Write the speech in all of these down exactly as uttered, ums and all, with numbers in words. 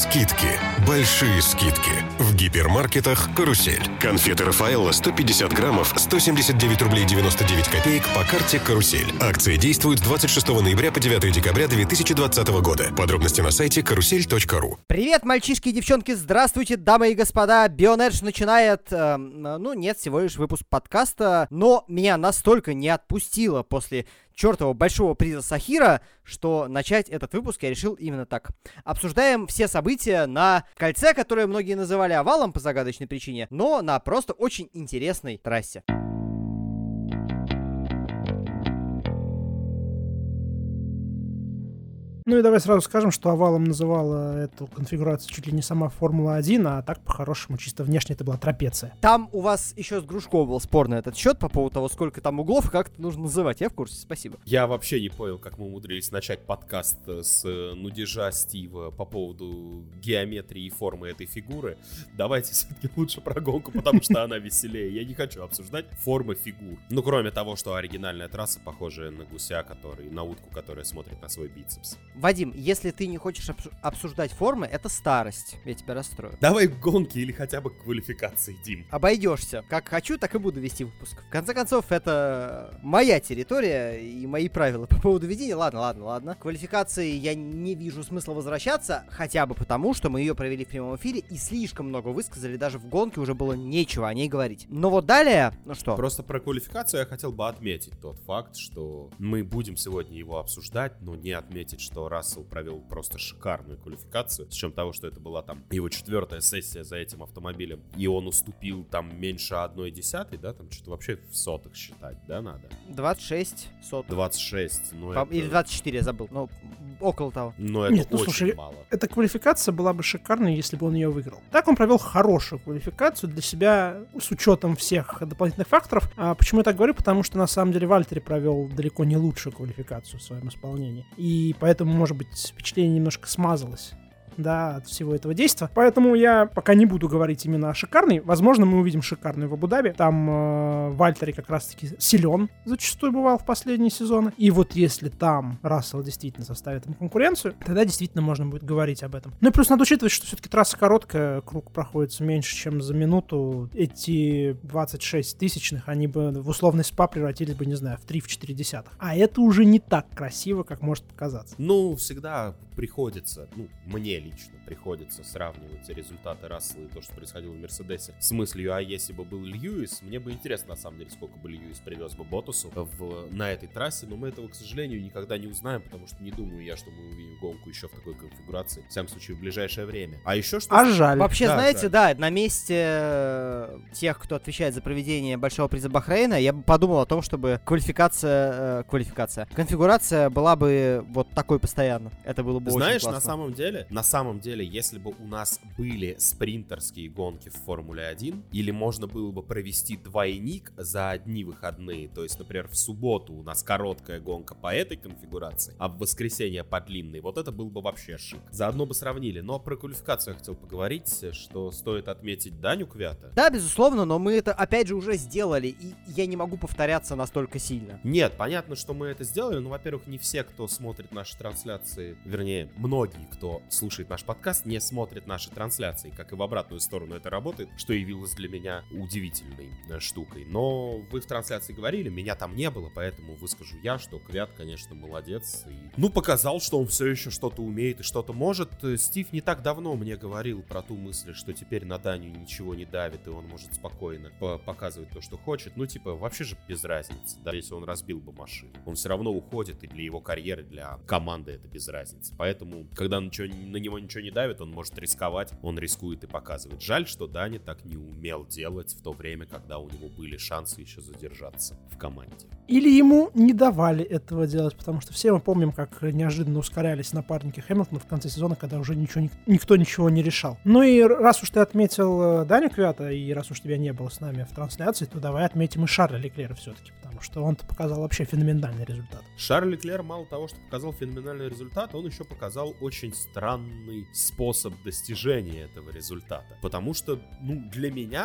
Скидки, большие скидки в гипермаркетах «Карусель». Конфеты Рафаэлло сто пятьдесят граммов, сто семьдесят девять рублей девяносто девять копеек по карте «Карусель». Акция действует с двадцать шестого ноября по девятого декабря две тысячи двадцатого года. Подробности на сайте карусель точка ру. Привет, мальчишки и девчонки, здравствуйте, дамы и господа. Бионедж начинает, э, ну нет, всего лишь выпуск подкаста, но меня настолько не отпустило после чертова большого приза Сахира, что начать этот выпуск я решил именно так. Обсуждаем все события на кольце, которое многие называли овалом по загадочной причине, но на просто очень интересной трассе. Ну и давай сразу скажем, что овалом называла эту конфигурацию чуть ли не сама Формула один, а так по-хорошему чисто внешне это была трапеция. Там у вас еще с Грушко был спор на этот счет по поводу того, сколько там углов, как это нужно называть. Я в курсе, спасибо. Я вообще не понял, как мы умудрились начать подкаст с нудежа Стива по поводу геометрии и формы этой фигуры. Давайте все-таки лучше про гонку, потому что она веселее. Я не хочу обсуждать формы фигур. Ну, кроме того, что оригинальная трасса похожая на гуся, который, на утку, которая смотрит на свой бицепс. Вадим, если ты не хочешь обсуждать формы, это старость. Я тебя расстрою. Давай к гонке или хотя бы к квалификации, Дим. Обойдешься. Как хочу, так и буду вести выпуск. В конце концов, это моя территория и мои правила по поводу ведения. Ладно, ладно, ладно. К квалификации я не вижу смысла возвращаться, хотя бы потому, что мы ее провели в прямом эфире и слишком много высказали. Даже в гонке уже было нечего о ней говорить. Но вот далее, ну что? Просто про квалификацию я хотел бы отметить тот факт, что мы будем сегодня его обсуждать, но не отметить, что Рассел провел просто шикарную квалификацию, с чем того, что это была там его четвертая сессия за этим автомобилем, и он уступил там меньше одной десятой, да, там что-то вообще в сотых считать, да, надо? двадцать шесть сотых. двадцать шесть, ну По- это... Или двадцать четыре, я забыл, но около того. Но это Нет, ну очень слушай, мало. эта квалификация была бы шикарной, если бы он ее выиграл. Так он провел хорошую квалификацию для себя с учетом всех дополнительных факторов. А почему я так говорю? Потому что на самом деле Вальтери провел далеко не лучшую квалификацию в своем исполнении. И поэтому, может быть, впечатление немножко смазалось, да, от всего этого действия. Поэтому я пока не буду говорить именно о шикарной. Возможно, мы увидим шикарную в Абу-Даби. Там э, Вальтери как раз-таки силен, зачастую бывал в последние сезоны. И вот если там Рассел действительно составит им конкуренцию, тогда действительно можно будет говорить об этом. Ну и плюс надо учитывать, что все-таки трасса короткая, круг проходится меньше, чем за минуту. Эти двадцать шесть тысячных, они бы в условный спа превратились бы, не знаю, в три-четыре десятых. А это уже не так красиво, как может показаться. Ну, всегда приходится, ну, мне лично приходится сравнивать результаты Рассела и то, что происходило в Мерседесе с мыслью, а если бы был Льюис, мне бы интересно, на самом деле, сколько бы Льюис привез бы Ботасу в, на этой трассе, но мы этого, к сожалению, никогда не узнаем, потому что не думаю я, что мы увидим гонку еще в такой конфигурации, в всяком случае, в ближайшее время. А еще что... А жаль. Вообще, Да, знаете, жаль. да, на месте э, тех, кто отвечает за проведение Большого приза Бахрейна, я бы подумал о том, чтобы квалификация, э, квалификация, конфигурация была бы вот такой постоянно. Это было бы Знаешь, очень на классно. самом деле, на самом деле, если бы у нас были спринтерские гонки в Формуле один, или можно было бы провести двойник за одни выходные, то есть, например, в субботу у нас короткая гонка по этой конфигурации, а в воскресенье по длинной, вот это был бы вообще шик. Заодно бы сравнили. Но про квалификацию я хотел поговорить, что стоит отметить Даню Квята. Да, безусловно, но мы это опять же уже сделали, и я не могу повторяться настолько сильно. Нет, понятно, что мы это сделали, но, во-первых, не все, кто смотрит наши трансляции, вернее, многие, кто слушает наш подкаст, не смотрят наши трансляции, как и в обратную сторону это работает, что явилось для меня удивительной э, штукой. Но вы в трансляции говорили, меня там не было, поэтому выскажу я, что Квят, конечно, молодец. И, ну, показал, что он все еще что-то умеет и что-то может. Стив не так давно мне говорил про ту мысль, что теперь на Даню ничего не давит, и он может спокойно по- показывать то, что хочет. Ну, типа, вообще же без разницы, даже если он разбил бы машину. Он все равно уходит, и для его карьеры, для команды это без разницы. Поэтому, когда ничего, на него ничего не давит, он может рисковать, он рискует и показывает. Жаль, что Дани так не умел делать в то время, когда у него были шансы еще задержаться в команде. Или ему не давали этого делать, потому что все мы помним, как неожиданно ускорялись напарники Хэмилтона в конце сезона, когда уже ничего, никто ничего не решал. Ну и раз уж ты отметил Даню Квята, и раз уж тебя не было с нами в трансляции, то давай отметим и Шарля Леклера все-таки, потому что он-то показал вообще феноменальный результат. Шарль Леклер мало того, что показал феноменальный результат, он еще показал очень странный способ достижения этого результата. Потому что, ну, для меня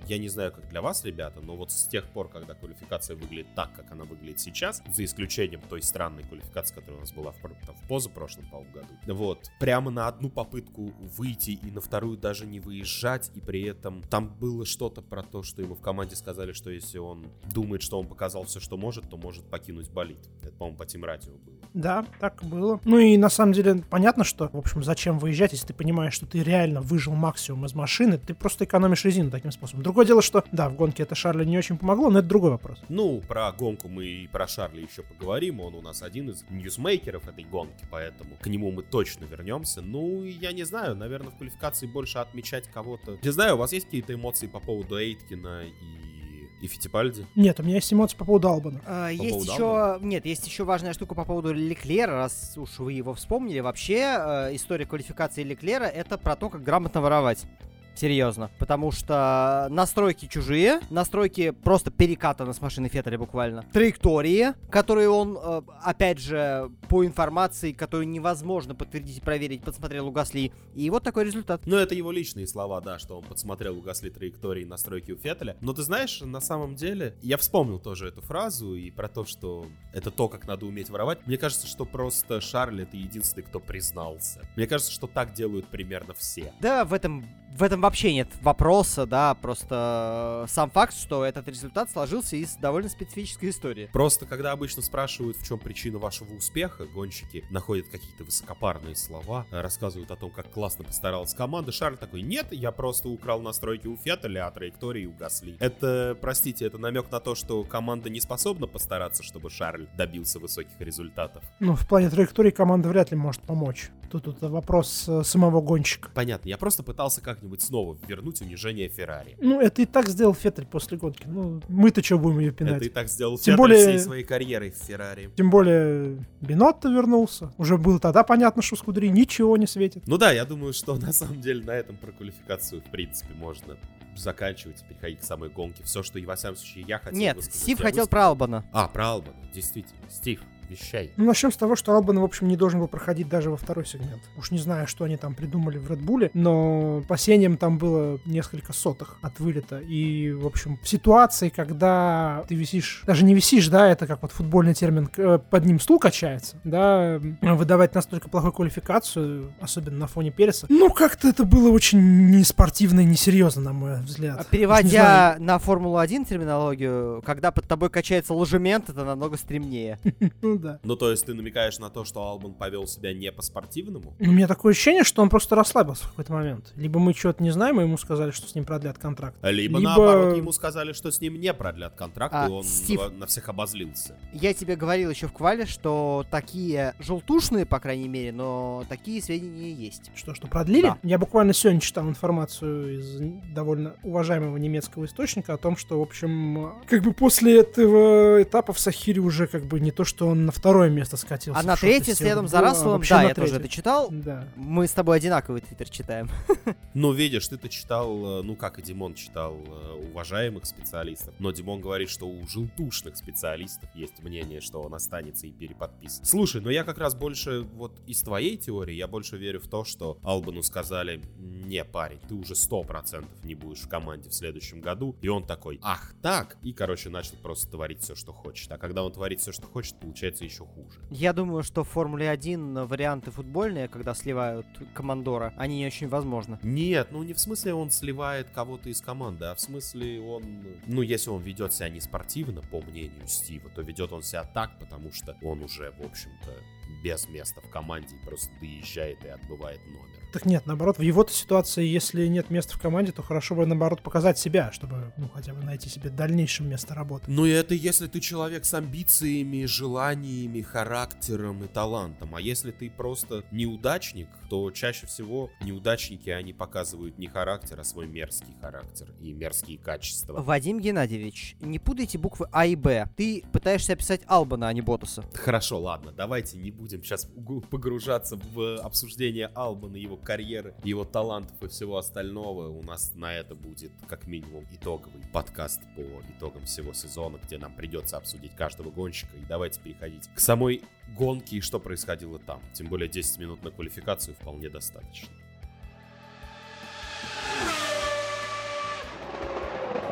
я не знаю, как для вас, ребята, но вот с тех пор, когда квалификация выглядит так, как она выглядит сейчас, за исключением той странной квалификации, которая у нас была в, там, в позапрошлом, по-моему, году, вот, прямо на одну попытку выйти и на вторую даже не выезжать, и при этом там было что-то про то, что ему в команде сказали, что если он думает, что он показал все, что может, то может покинуть болид. Это, по-моему, по Team Radio было. Да, так было. Ну и на самом деле понятно, что, в общем, зачем выезжать, если ты понимаешь, что ты реально выжил максимум из машины, ты просто экономишь резину таким способом. Другое дело, что, да, в гонке это Шарлю не очень помогло, но это другой вопрос. Ну, про гонку мы и про Шарля еще поговорим, он у нас один из ньюсмейкеров этой гонки, поэтому к нему мы точно вернемся. Ну, я не знаю, наверное, в квалификации больше отмечать кого-то. Не знаю, у вас есть какие-то эмоции по поводу Эйткина и... И Фиттипальди? Нет, у меня есть эмоции по поводу Албана. А, по есть поводу еще... Албана? Нет, есть еще важная штука по поводу Леклера, раз уж вы его вспомнили. Вообще, э, история квалификации Леклера — это про то, как грамотно воровать. Серьезно. Потому что настройки чужие, настройки просто перекатаны с машины Феттеля буквально. Траектории, которые он, э, опять же, по информации, которую невозможно подтвердить и проверить, подсмотрел у Гасли. И вот такой результат. Ну, это его личные слова, да, что он подсмотрел у Гасли траектории и настройки у Феттеля. Но ты знаешь, на самом деле, я вспомнил тоже эту фразу и про то, что это то, как надо уметь воровать. Мне кажется, что просто Шарль — это единственный, кто признался. Мне кажется, что так делают примерно все. Да, в этом... В этом вообще нет вопроса, да, просто сам факт, что этот результат сложился из довольно специфической истории. Просто когда обычно спрашивают, в чем причина вашего успеха, гонщики находят какие-то высокопарные слова, рассказывают о том, как классно постаралась команда. Шарль такой: нет, я просто украл настройки у Феттеля, а траектории у Гасли. Это, простите, это намек на то, что команда не способна постараться, чтобы Шарль добился высоких результатов. Ну, в плане траектории команда вряд ли может помочь. Тут это вопрос э, самого гонщика. Понятно, я просто пытался как-нибудь снова вернуть унижение Феррари. Ну, это и так сделал Феттель после гонки. Ну, мы-то что будем ее пинать? Это и так сделал Тем Феттель более... всей своей карьерой в Феррари. Тем более Бинотто вернулся. Уже было тогда понятно, что Скудери ничего не светит. Ну да, я думаю, что на самом деле на этом про квалификацию в принципе можно заканчивать и переходить к самой гонке. Все, что и во всяком случае я хотел Нет, высказать, Стив я хотел высказал. про Албана. А, про Албана, действительно. Стив, вещай. Ну, начнем с того, что Албан, в общем, не должен был проходить даже во второй сегмент. Уж не знаю, что они там придумали в Редбуле, но по сеням там было несколько сотых от вылета. И, в общем, в ситуации, когда ты висишь, даже не висишь, да, это как вот футбольный термин, под ним стул качается, да, выдавать настолько плохую квалификацию, особенно на фоне Переса, ну, как-то это было очень неспортивно и несерьезно, на мой взгляд. Переводя на Формулу один терминологию, когда под тобой качается ложемент, это намного стремнее. Ну да. Ну, то есть ты намекаешь на то, что Албан повел себя не по-спортивному? У меня такое ощущение, что он просто расслабился в какой-то момент. Либо мы что-то не знаем, и ему сказали, что с ним продлят контракт. Либо, Либо... наоборот, ему сказали, что с ним не продлят контракт, А, и он Стив... на, на всех обозлился. Я тебе говорил еще в квале, что такие желтушные, по крайней мере, но такие сведения есть. Что, что продлили? Да. Я буквально сегодня читал информацию из довольно уважаемого немецкого источника о том, что, в общем, как бы после этого этапа в Сахире уже как бы не то, что он на второе место скатился. А на третье следом за Расселом, да, я тоже это читал. Да. Мы с тобой одинаковый твиттер читаем. Ну, видишь, ты-то читал, ну, как и Димон читал уважаемых специалистов, но Димон говорит, что у желтушных специалистов есть мнение, что он останется и переподписан. Слушай, ну я как раз больше, вот из твоей теории, я больше верю в то, что Албану сказали: не, парень, ты уже сто процентов не будешь в команде в следующем году, и он такой: ах так, и, короче, начал просто творить все, что хочет. А когда он творит все, что хочет, получается еще хуже. Я думаю, что в Формуле один варианты футбольные, когда сливают командора, они не очень возможны. Нет, ну не в смысле он сливает кого-то из команды, а в смысле он... Ну, если он ведет себя не спортивно, по мнению Стива, то ведет он себя так, потому что он уже, в общем-то, без места в команде и просто доезжает и отбывает номер. Так нет, наоборот, в его-то ситуации, если нет места в команде, то хорошо бы, наоборот, показать себя, чтобы, ну, хотя бы найти себе дальнейшее место работы. Ну и это если ты человек с амбициями, желаниями, характером и талантом. А если ты просто неудачник, то чаще всего неудачники, они показывают не характер, а свой мерзкий характер и мерзкие качества. Вадим Геннадьевич, не путайте буквы А и Б. Ты пытаешься описать Албана, а не Ботаса. Хорошо, ладно, давайте не будем сейчас погружаться в обсуждение Албана, его карьеры, его талантов и всего остального. У нас на это будет как минимум итоговый подкаст по итогам всего сезона, где нам придется обсудить каждого гонщика. И давайте переходить к самой гонке и что происходило там. Тем более десять минут на квалификацию вполне достаточно.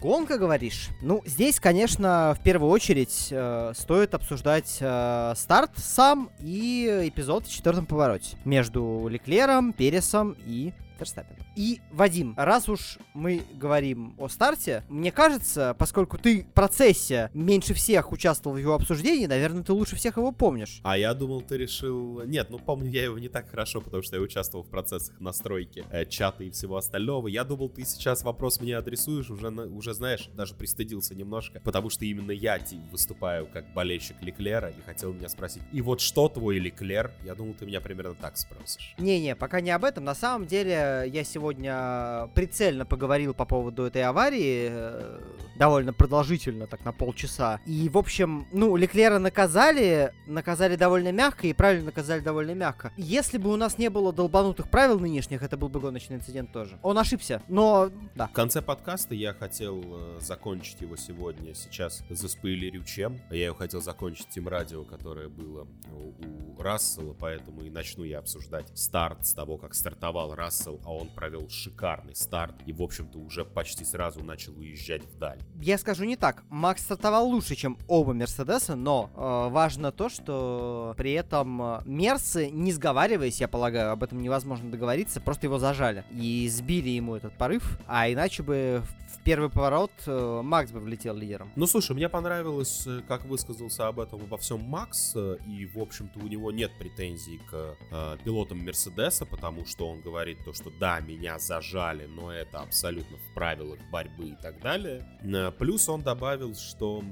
Гонка, говоришь? Ну, здесь, конечно, в первую очередь э, стоит обсуждать э, старт сам и эпизод в четвертом повороте между Леклером, Пересом и Ферстаппеном. И, Вадим, раз уж мы говорим о старте, мне кажется, поскольку ты в процессе меньше всех участвовал в его обсуждении, наверное, ты лучше всех его помнишь. А я думал, ты решил... Нет, ну помню я его не так хорошо, потому что я участвовал в процессах настройки э, чата и всего остального. Я думал, ты сейчас вопрос мне адресуешь, уже, на... уже знаешь, даже пристыдился немножко, потому что именно я выступаю как болельщик Леклера и хотел меня спросить, и вот что твой Леклер? Я думал, ты меня примерно так спросишь. Не-не, пока не об этом. На самом деле, я сегодня прицельно поговорил по поводу этой аварии, э, довольно продолжительно, так на полчаса. И, в общем, ну, Леклера наказали, наказали довольно мягко, и правильно наказали довольно мягко. Если бы у нас не было долбанутых правил нынешних, это был бы гоночный инцидент тоже. Он ошибся, но да. В конце подкаста я хотел э, закончить его сегодня, сейчас заспойлерю чем. Я его хотел закончить тем радио, которое было у, у Рассела, поэтому и начну я обсуждать старт с того, как стартовал Рассел, а он провел шикарный старт и, в общем-то, уже почти сразу начал уезжать вдаль. Я скажу не так. Макс стартовал лучше, чем оба Мерседеса, но э, важно то, что при этом э, Мерсы, не сговариваясь, я полагаю, об этом невозможно договориться, просто его зажали и сбили ему этот порыв, а иначе бы в первый поворот э, Макс бы влетел лидером. Ну, слушай, мне понравилось, как высказался об этом обо всем Макс, и, в общем-то, у него нет претензий к э, пилотам Мерседеса, потому что он говорит то, что да, меня зажали, но это абсолютно в правилах борьбы и так далее. Плюс он добавил, что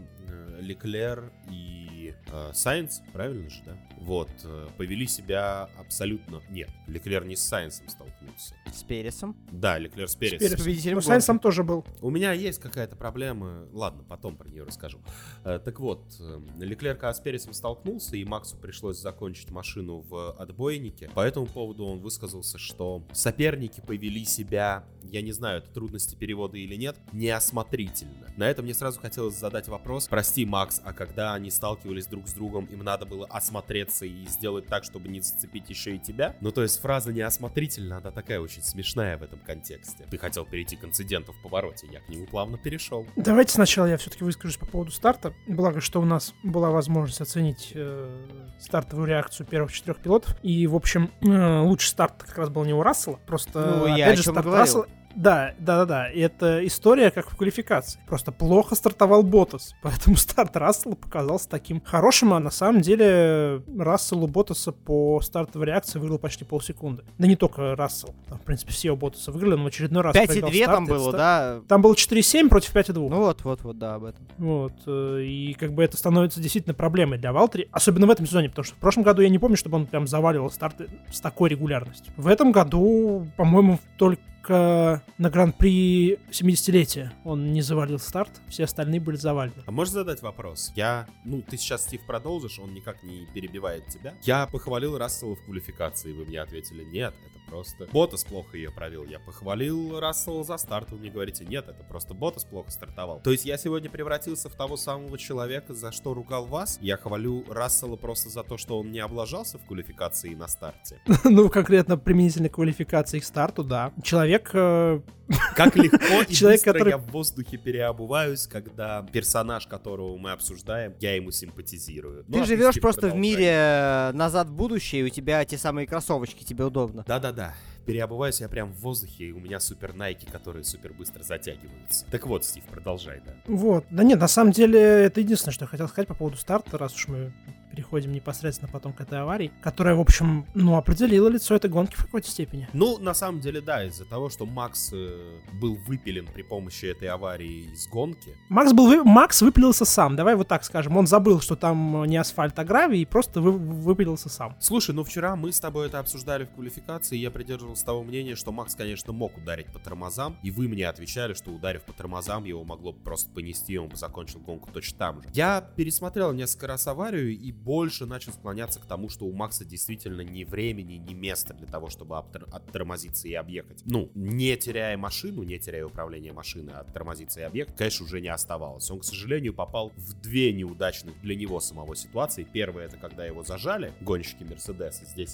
Леклер и э, Сайнс, правильно же, да? Вот, э, повели себя абсолютно... Нет, Леклер не с Сайнсом столкнулся. С Пересом? Да, Леклер с Пересом. С Пересом. Ну, Сайнс там тоже был. У меня есть какая-то проблема, ладно, потом про нее расскажу. Э, так вот, э, Леклер когда с Пересом столкнулся, и Максу пришлось закончить машину в отбойнике. По этому поводу он высказался, что соперники повели себя, я не знаю, это трудности перевода или нет, неосмотрительно. На это мне сразу хотелось задать вопрос. Прости, Макс, а когда они сталкивались друг с другом, им надо было осмотреться и сделать так, чтобы не зацепить еще и тебя? Ну, то есть фраза «неосмотрительно», она такая очень смешная в этом контексте. Ты хотел перейти к инциденту в повороте, я к нему плавно перешел. Давайте сначала я все-таки выскажусь по поводу старта. Благо, что у нас была возможность оценить э, стартовую реакцию первых четырех пилотов. И, в общем, э, лучший старт как раз был не у Рассела. Просто, ну, опять я же, о чем старт говорил. Рассела... Да, да, да, да. И это история, как в квалификации. Просто плохо стартовал Ботас. Поэтому старт Рассела показался таким хорошим, а на самом деле Расселу Ботаса по стартовой реакции выиграл почти полсекунды. Да не только Рассел. Там, в принципе, все у Ботаса выиграли, но в очередной раз пять и два там было, старт. да? Там было четыре семь против пять и два. Ну вот, вот, вот, да, об этом. Вот. И как бы это становится действительно проблемой для Валтери. Особенно в этом сезоне, потому что в прошлом году я не помню, чтобы он прям заваливал старты с такой регулярностью. В этом году, по-моему, только на Гран-при семидесятилетия он не завалил старт, все остальные были завалены. А можешь задать вопрос? Я, ну, ты сейчас, Стив, продолжишь, он никак не перебивает тебя. Я похвалил Рассела в квалификации, вы мне ответили, нет, это просто Ботас плохо ее провел. Я похвалил Рассела за старт, вы мне говорите, нет, это просто Ботас плохо стартовал. То есть я сегодня превратился в того самого человека, за что ругал вас. Я хвалю Рассела просто за то, что он не облажался в квалификации и на старте. Ну, конкретно применительно к квалификации и к старту, да. Человек Как легко и Человек, быстро который... я в воздухе переобуваюсь, когда персонаж, которого мы обсуждаем, я ему симпатизирую. Ты ну, живешь а просто продолжай. в мире назад в будущее, и у тебя те самые кроссовочки, тебе удобно. Да-да-да. Переобуваюсь я прям в воздухе, и у меня супер найки, которые супер быстро затягиваются. Так вот, Стив, продолжай, да. Вот. Да нет, на самом деле, это единственное, что я хотел сказать по поводу старта, раз уж мы переходим непосредственно потом к этой аварии, которая, в общем, ну, определила лицо этой гонки в какой-то степени. Ну, на самом деле, да, из-за того, что Макс э, был выпилен при помощи этой аварии из гонки. Макс был вы... Макс выпилился сам, давай вот так скажем. Он забыл, что там не асфальт, а гравий, и просто вы... выпилился сам. Слушай, ну вчера мы с тобой это обсуждали в квалификации, и я придерживался того мнения, что Макс, конечно, мог ударить по тормозам, и вы мне отвечали, что, ударив по тормозам, его могло бы просто понести, и он бы закончил гонку точно там же. Я пересмотрел несколько раз аварию и больше начал склоняться к тому, что у Макса действительно ни времени, ни места для того, чтобы оттормозиться и объехать. Ну, не теряя машину, не теряя управление машиной, а оттормозиться и объехать, конечно, уже не оставалось. Он, к сожалению, попал в две неудачных для него самого ситуации. Первая — это когда его зажали гонщики Мерседеса. Здесь я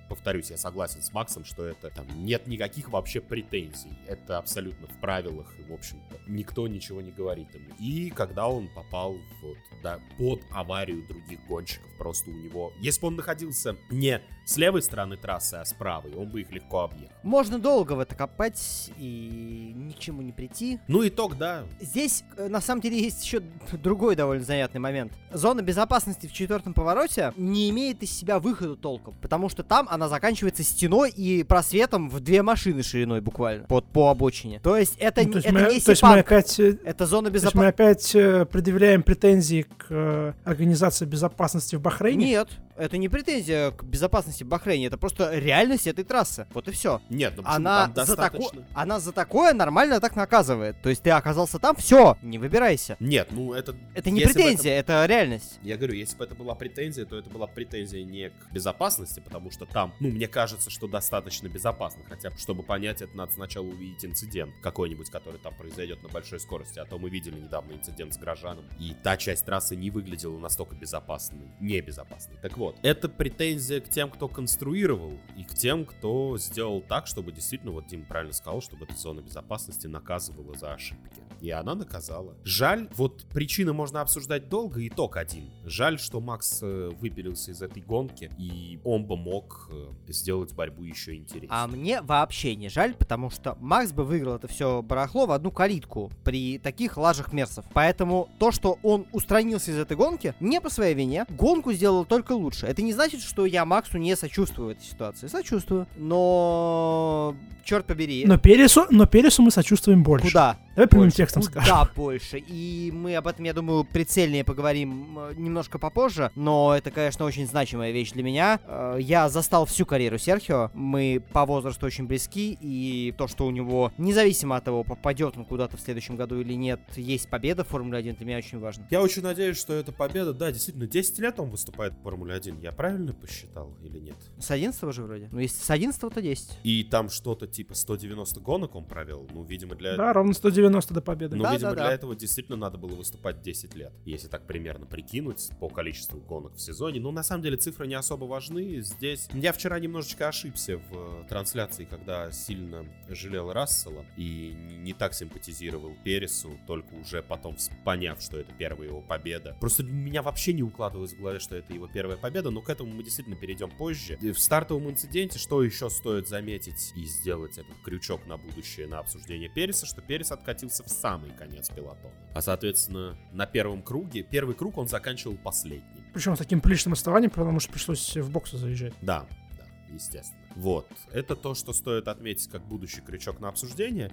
повторюсь, я согласен с Максом, что это там нет никаких вообще претензий. Это абсолютно в правилах, и, в общем-то, никто ничего не говорит ему. И когда он попал вот, да, под аварию других гонщиков, просто у него... Если бы он находился не с левой стороны трассы, а с правой, он бы их легко объехал. Можно долго в это копать и ни к чему не прийти. Ну, итог, да. Здесь, на самом деле, есть еще другой довольно занятный момент. Зона безопасности в четвертом повороте не имеет из себя выхода толком, потому что там она заканчивается стеной и просветом в две машины шириной буквально, под, по обочине. То есть это, ну, то есть это мы, не то есть мы опять, это зона безопасности. мы опять э, предъявляем претензии к э, организации безопасности в Бахрейне? Нет, это не претензия к безопасности в Бахрейне, это просто реальность этой трассы. Вот и все. Нет, ну она там за достаточно... тако... она за такое нормально так наказывает. То есть ты оказался там, все, не выбирайся. Нет, ну это... Это не если претензия, это... это реальность. Я говорю, если бы это была претензия, то это была претензия не к безопасности, потому что там, ну, мне кажется, что достаточно безопасно. Хотя, чтобы понять это, надо сначала увидеть инцидент какой-нибудь, который там произойдет на большой скорости. А то мы видели недавно инцидент с Грожаном, и та часть трассы не выглядела настолько безопасной, небезопасной. Так вот, это претензия к тем, кто конструировал, и к тем, кто сделал так, чтобы действительно, вот Дима правильно сказал, чтобы эта зона безопасности наказывала за ошибки. И она наказала. Жаль, вот причины можно обсуждать долго, итог один. Жаль, что Макс э, выпилился из этой гонки, и он бы мог э, сделать борьбу еще интереснее. А мне вообще не жаль, потому что Макс бы выиграл это все барахло в одну калитку при таких лажах мерсов. Поэтому то, что он устранился из этой гонки, не по своей вине, гонку сделал только лучше. Это не значит, что я Максу не сочувствую в этой ситуации. Сочувствую. Но... Черт побери. Но Пересу, но Пересу мы сочувствуем больше. Куда? Давай прямым Больше. текстом Куда скажем. больше. И мы об этом, я думаю, прицельнее поговорим немножко попозже. Но это, конечно, очень значимая вещь для меня. Я застал всю карьеру Серхио. Мы по возрасту очень близки. И то, что у него, независимо от того, попадет он куда-то в следующем году или нет, есть победа в Формуле один, для меня очень важно. Я очень надеюсь, что эта победа, да, действительно, десять лет он выступает в Формуле один. Я правильно посчитал или нет? С одиннадцатого же вроде. Ну, если с одиннадцатого, то десять. И там что-то типа сто девяносто гонок он провел. Ну, видимо, для... Да, ровно сто девяносто до победы. Ну, да, видимо, да, для да. этого действительно надо было выступать десять лет. Если так примерно прикинуть по количеству гонок в сезоне. Ну, на самом деле, цифры не особо важны. Здесь... Я вчера немножечко ошибся в трансляции, когда сильно жалел Рассела и не так симпатизировал Пересу, только уже потом поняв, что это первая его победа. Просто меня вообще не укладывалось в голове, что это его первая победа, но к этому мы действительно перейдем позже. И в стартовом инциденте, что еще стоит заметить и сделать этот крючок на будущее, на обсуждение Переса, что Перес откатился в самый конец пелотона. А, соответственно, на первом круге, первый круг он заканчивал последним. Причем с таким приличным отставанием, потому что пришлось в боксы заезжать. Да, да, естественно. Вот, это то, что стоит отметить как будущий крючок на обсуждение.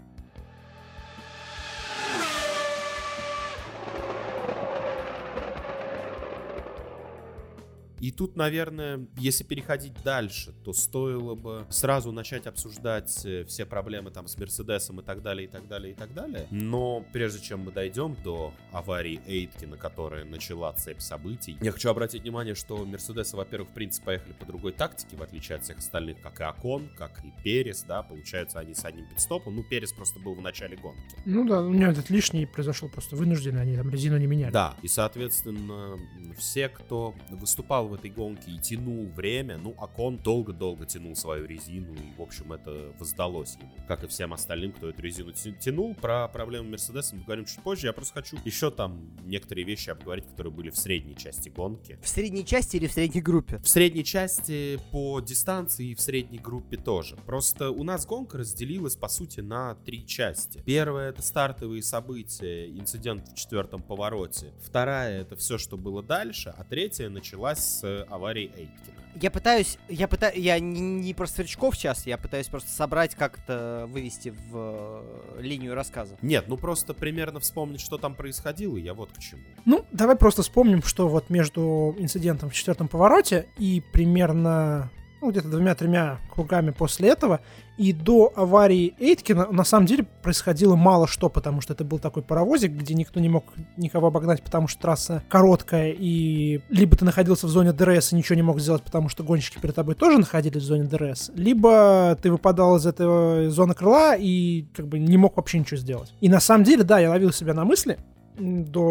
И тут, наверное, если переходить дальше, то стоило бы сразу начать обсуждать все проблемы там с Мерседесом и так далее, и так далее, и так далее. Но прежде чем мы дойдем до аварии Эйткина, которая начала цепь событий, я хочу обратить внимание, что Мерседесы, во-первых, в принципе, поехали по другой тактике, в отличие от всех остальных, как и Окон, как и Перес, да, получается, они с одним пидстопом. Ну, Перес просто был в начале гонки. Ну да, у меня этот лишний произошел просто вынужденный, они там резину не меняли. Да, и, соответственно, все, кто выступал в этой гонке и тянул время, ну, Окон долго-долго тянул свою резину, и, в общем, это воздалось ему, как и всем остальным, кто эту резину тянул. Про проблемы Мерседеса мы поговорим чуть позже. Я просто хочу еще там некоторые вещи обговорить, которые были в средней части гонки. В средней части или в средней группе? В средней части по дистанции и в средней группе тоже. Просто у нас гонка разделилась, по сути, на три части. Первая — это стартовые события, инцидент в четвертом повороте. Вторая — это все, что было дальше. А третья началась с аварии Эйткина. Я пытаюсь, я пытаюсь, я не, не про сверчков сейчас, я пытаюсь просто собрать, как-то вывести в э, линию рассказа. Нет, ну просто примерно вспомнить, что там происходило, и я вот к чему. Ну, давай просто вспомним, что вот между инцидентом в четвертом повороте и примерно, ну, где-то двумя-тремя кругами после этого и до аварии Эйткина на самом деле происходило мало что, потому что это был такой паровозик, где никто не мог никого обогнать, потому что трасса короткая, и либо ты находился в зоне ДРС и ничего не мог сделать, потому что гонщики перед тобой тоже находились в зоне ДРС, либо ты выпадал из этой зоны крыла и как бы не мог вообще ничего сделать. И на самом деле, да, я ловил себя на мысли до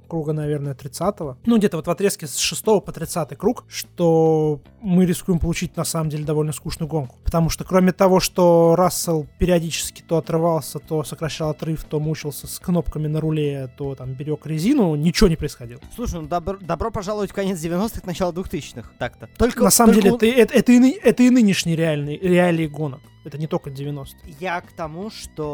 круга, наверное, тридцатого, ну, где-то вот в отрезке с шестого по тридцатый круг, что мы рискуем получить, на самом деле, довольно скучную гонку. Потому что, кроме того, что Рассел периодически то отрывался, то сокращал отрыв, то мучился с кнопками на руле, то там берег резину, ничего не происходило. Слушай, ну добро, добро пожаловать в конец девяностых, начало двухтысячных. Так-то. Только, на самом только деле, он... это, это, это, и, ны- это и нынешние реальные, реалии гонок. Это не только девяностые. Я к тому,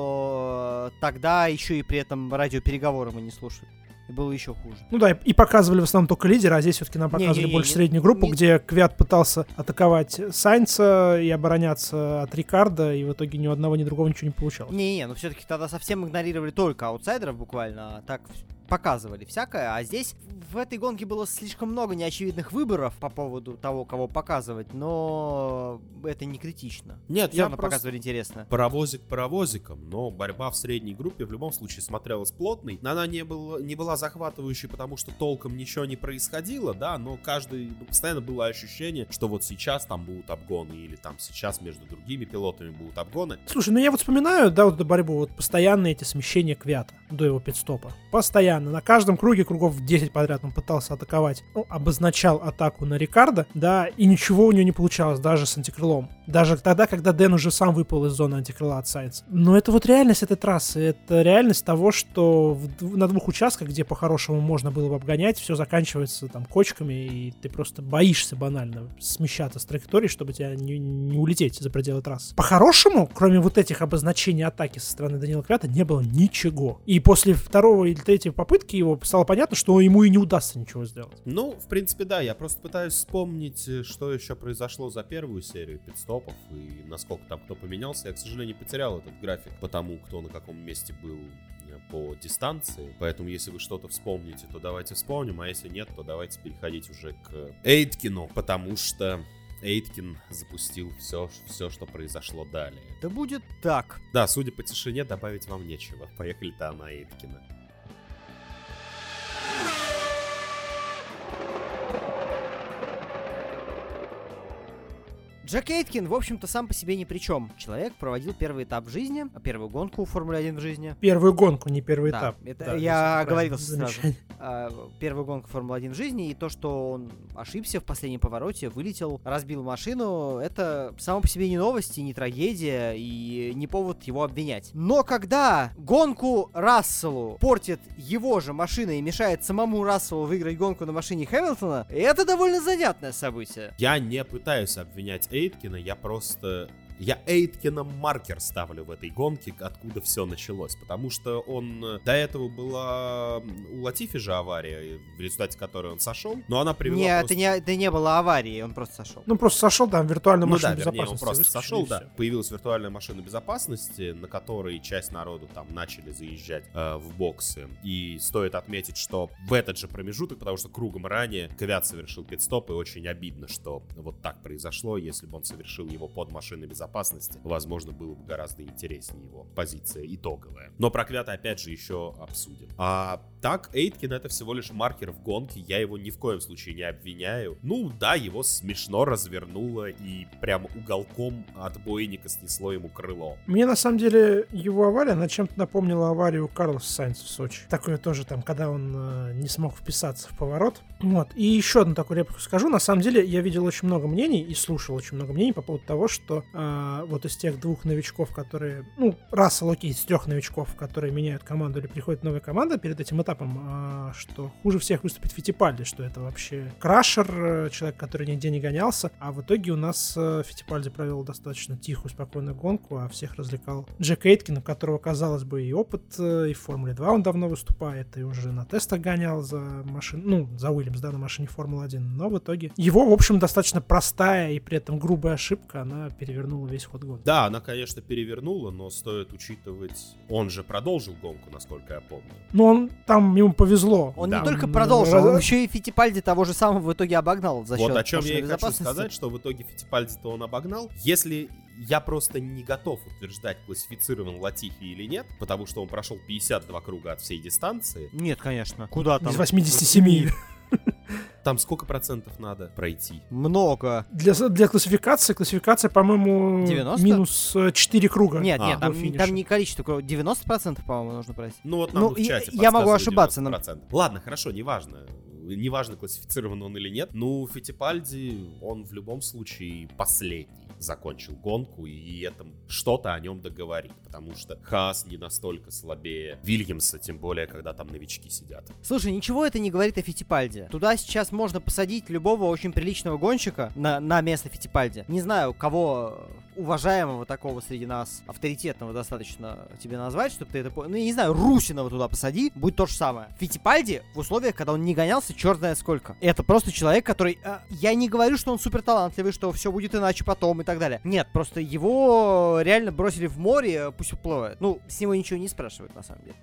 что тогда еще и при этом радиопереговоры мы не слушали. И было еще хуже. Ну да, и, и показывали в основном только лидера, а здесь все-таки нам показывали Не-не-не, больше не- среднюю группу, не- где Квят пытался атаковать Сайнца и обороняться от Рикардо, и в итоге ни у одного, ни у другого ничего не получалось. Не-не, ну все-таки тогда совсем игнорировали только аутсайдеров буквально, а так показывали всякое, а здесь в этой гонке было слишком много неочевидных выборов по поводу того, кого показывать, но это не критично. Нет, Все я равно просто показывали интересно. паровозик паровозиком, но борьба в средней группе в любом случае смотрелась плотной. Она не, был, не была захватывающей, потому что толком ничего не происходило, да, но каждый, ну, постоянно было ощущение, что вот сейчас там будут обгоны, или там сейчас между другими пилотами будут обгоны. Слушай, ну я вот вспоминаю, да, вот эту борьбу, вот постоянные эти смещения Квята до его пит-стопа. Постоянно. На каждом круге, кругов десять подряд он пытался атаковать, ну, обозначал атаку на Рикардо, да, и ничего у него не получалось, даже с антикрылом. Даже тогда, когда Дэн уже сам выпал из зоны антикрыла от Сайнца. Но это вот реальность этой трассы. Это реальность того, что в, на двух участках, где по-хорошему можно было бы обгонять, все заканчивается там кочками, и ты просто боишься банально смещаться с траектории, чтобы тебя не, не улететь за пределы трассы. По-хорошему, кроме вот этих обозначений атаки со стороны Данила Квята, не было ничего. И после второго или третьей попытки его стало понятно, что ему и не удастся ничего сделать. Ну, в принципе, да, я просто пытаюсь вспомнить, что еще произошло за первую серию пит-стопов и насколько там кто поменялся. Я, к сожалению, потерял этот график по тому, кто на каком месте был по дистанции. Поэтому, если вы что-то вспомните, то давайте вспомним, а если нет, то давайте переходить уже к Эйткину, потому что Эйткин запустил все, все, что произошло далее. Да будет так. Да, судя по тишине, добавить вам нечего. Поехали-то на Эйткина. Джек Эйткин, в общем-то, сам по себе ни при чем. Человек проводил первый этап в жизни, первую гонку в Формуле один в жизни. Первую гонку, не первый Да, этап. это Да, я здесь оговорился правильное сразу. замечание. А, первую гонку Формулы один в жизни, и то, что он ошибся в последнем повороте, вылетел, разбил машину, это само по себе не новость, и не трагедия, и не повод его обвинять. Но когда гонку Расселу портит его же машина и мешает самому Расселу выиграть гонку на машине Хэмилтона, это довольно занятное событие. Я не пытаюсь обвинять Эйткина, я просто... Я Эйткином маркер ставлю в этой гонке, откуда все началось. Потому что он... До этого была у Латифи же авария, в результате которой он сошел. Но она привела Нет, просто... это, не, это не было аварии, он просто сошел. Ну, просто сошел, там, виртуальную Ну машину да, вернее, он безопасности. просто выскочили, сошел, и да. всё. Появилась виртуальная машина безопасности, на которой часть народу там начали заезжать э, в боксы. И стоит отметить, что в этот же промежуток, потому что кругом ранее Квят совершил пит-стоп, и очень обидно, что вот так произошло. Если бы он совершил его под машиной безопасности, возможно, было бы гораздо интереснее его позиция итоговая. Но про Квята опять же еще обсудим. А так, Эйткин — это всего лишь маркер в гонке, я его ни в коем случае не обвиняю. Ну да, его смешно развернуло и прям уголком отбойника снесло ему крыло. Мне, на самом деле, его авария, она чем-то напомнила аварию Карлоса Сайнца в Сочи. Такое тоже там, когда он э, не смог вписаться в поворот. Вот. И еще одну такую реплику скажу. На самом деле, я видел очень много мнений и слушал очень много мнений по поводу того, что э, вот из тех двух новичков, которые... Ну, Рассел, окей, из трех новичков, которые меняют команду или приходит новая команда перед этим этапом, э, что хуже всех выступит Фиттипальди, что это вообще крашер, э, человек, который нигде не гонялся. А в итоге у нас э, Фиттипальди провел достаточно тихую, спокойную гонку, а всех развлекал Джек Эйткин, у которого, казалось бы, и опыт, э, и в Формуле два он давно выступает, и уже на тестах гонял за машину, ну, за Уильямс, да, на машине Формулы один. Но в итоге его, в общем, достаточно простая и при этом грубая ошибка, она перевернула весь ход гонки. Да, она, конечно, перевернула, но стоит учитывать... Он же продолжил гонку, насколько я помню. Но он там, ему повезло. Он Да. не только Он, продолжил, э, он еще и Фиттипальди того же самого в итоге обогнал за счет Вот о чем машины я и хочу безопасности. сказать, что в итоге Фиттипальди-то он обогнал. Если я просто не готов утверждать, классифицирован Латифи или нет, потому что он прошел пятьдесят два круга от всей дистанции. Нет, конечно. Куда там? Из восьмидесяти семи. Там сколько процентов надо пройти? Много. Для, для классификации, классификация, по-моему, девяносто? минус четыре круга. Нет, А, нет, там, до финиша. там не количество кругов, девяносто процентов, по-моему, нужно пройти. Ну вот нам Ну, в я- чате я могу подсказывают ошибаться, но- девяносто процентов. Ладно, хорошо, неважно. Неважно, классифицирован он или нет. Ну, Фиттипальди, он в любом случае последний закончил гонку, и это что-то о нем договорит, потому что Хаас не настолько слабее Вильямса, тем более, когда там новички сидят. Слушай, ничего это не говорит о Фиттипальди. Туда сейчас можно посадить любого очень приличного гонщика на, на место Фиттипальди. Не знаю, кого уважаемого такого среди нас, авторитетного достаточно тебе назвать, чтобы ты это понял. Ну, я не знаю, Русинова туда посади, будет то же самое. Фиттипальди в условиях, когда он не гонялся черт знает сколько. Это просто человек, который... э, я не говорю, что он супер талантливый, что все будет иначе потом и так далее. Нет, просто его реально бросили в море, пусть уплывает. Ну, с него ничего не спрашивают, на самом деле.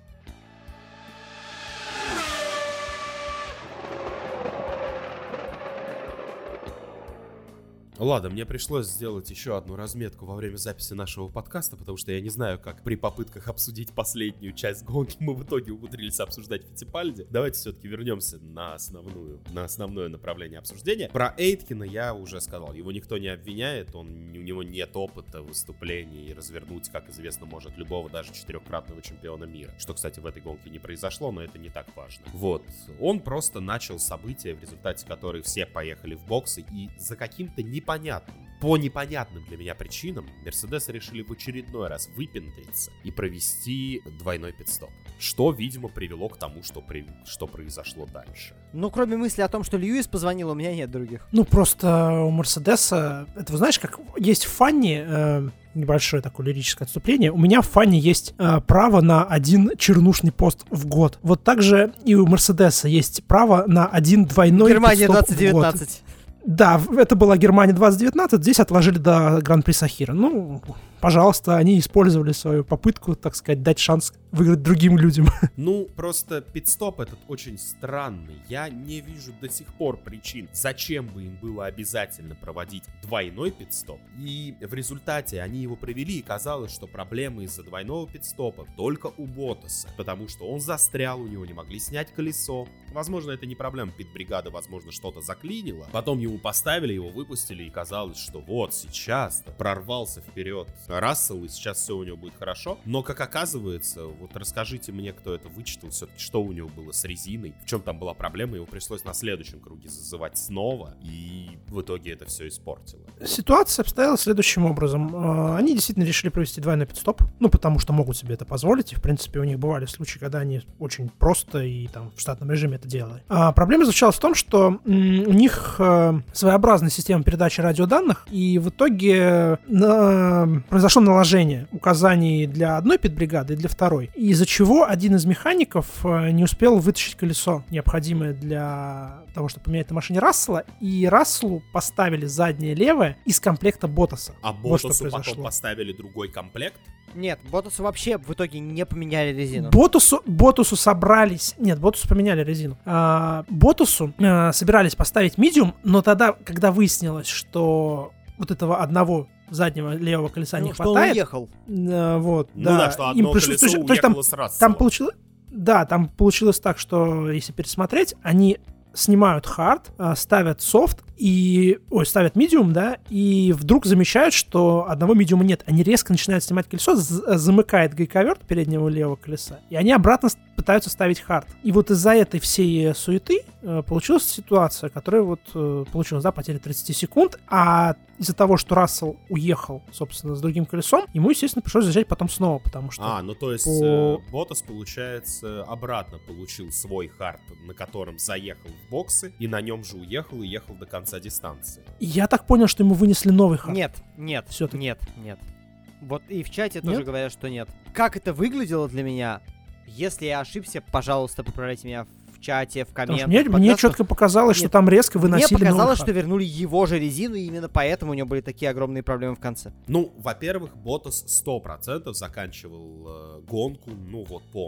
Ладно, мне пришлось сделать еще одну разметку во время записи нашего подкаста, потому что я не знаю, как при попытках обсудить последнюю часть гонки мы в итоге умудрились обсуждать Фиттипальди. Давайте все-таки вернемся на основную, на основное направление обсуждения. Про Эйткина я уже сказал, его никто не обвиняет, он, у него нет опыта выступлений, и развернуть, как известно, может любого даже четырехкратного чемпиона мира. Что, кстати, в этой гонке не произошло, но это не так важно. Вот. Он просто начал события, в результате которых все поехали в боксы, и за каким-то непонятным Понятным. По непонятным для меня причинам Мерседесы решили в очередной раз выпендриться и провести двойной пит-стоп. Что, видимо, привело к тому, что, при... что произошло дальше. Ну, кроме мысли о том, что Льюис позвонил, у меня нет других. Ну, просто у Мерседеса, это, вы знаешь, как есть в Фанни, э, небольшое такое лирическое отступление, у меня в Фанни есть э, право на один чернушный пост в год. Вот так же и у Мерседеса есть право на один двойной Германия пит-стоп двадцать в год. девятнадцать. Да, это была Германия двадцать девятнадцать, здесь отложили до Гран-при Сахира. Ну, пожалуйста, они использовали свою попытку, так сказать, дать шанс выиграть другим людям. Ну, просто пит-стоп этот очень странный. Я не вижу до сих пор причин, зачем бы им было обязательно проводить двойной пит-стоп. И в результате они его провели, и казалось, что проблемы из-за двойного пит-стопа только у Боттаса, потому что он застрял, у него не могли снять колесо. Возможно, это не проблема пит-бригады, возможно, что-то заклинило. Потом ему поставили, его выпустили, и казалось, что вот сейчас прорвался вперед Рассел, и сейчас все у него будет хорошо. Но, как оказывается, вот расскажите мне, кто это вычитал, все-таки, что у него было с резиной, в чем там была проблема, его пришлось на следующем круге зазывать снова, и в итоге это все испортило. Ситуация обстояла следующим образом. Они действительно решили провести двойной пит-стоп, ну, потому что могут себе это позволить, и, в принципе, у них бывали случаи, когда они очень просто и там в штатном режиме это делали. А проблема заключалась в том, что м- у них э, своеобразная система передачи радиоданных, и в итоге на... произошло наложение указаний для одной пит-бригады и для второй, из-за чего один из механиков э, не успел вытащить колесо, необходимое для того, чтобы поменять на машине Рассела, и Расселу поставили заднее левое из комплекта Боттаса. А Вот что Боттасу потом произошло. поставили другой комплект? Нет, Ботасу вообще в итоге не поменяли резину. Ботасу, Ботасу собрались... Нет, Ботасу поменяли резину. А, Ботасу а, собирались поставить медиум, но тогда, когда выяснилось, что вот этого одного заднего левого колеса Ну, не что хватает... он уехал. а, вот, Ну да, да, что им одно пришлось- колесо то есть там, уехало с Расселом. там получилось... Да, там получилось так, что если пересмотреть, они снимают хард, а, ставят софт и... Ой, ставят медиум, да, и вдруг замечают, что одного медиума нет. Они резко начинают снимать колесо, з- замыкает гайковерт переднего левого колеса, и они обратно с- пытаются ставить хард. И вот из-за этой всей суеты э, получилась ситуация, которая вот э, получилась, да, потеря тридцать секунд, а из-за того, что Рассел уехал, собственно, с другим колесом, ему, естественно, пришлось заезжать потом снова, потому что... А, ну то есть по- э, Боттас, получается, обратно получил свой хард, на котором заехал в боксы, и на нем же уехал и ехал до конца дистанции. Я так понял, что ему вынесли новый хард. Нет, нет, Всё-таки. нет, нет. Вот и в чате Нет? тоже говорят, что нет. Как это выглядело для меня? Если я ошибся, пожалуйста, поправляйте меня в чате, в Потому что комментах. мне, мне подкастах. четко показалось, что Нет. там резко Мне выносили новый показалось, хард. что вернули его же резину, и именно поэтому у него были такие огромные проблемы в конце. Ну, во-первых, Боттас сто процентов заканчивал э, гонку, ну вот по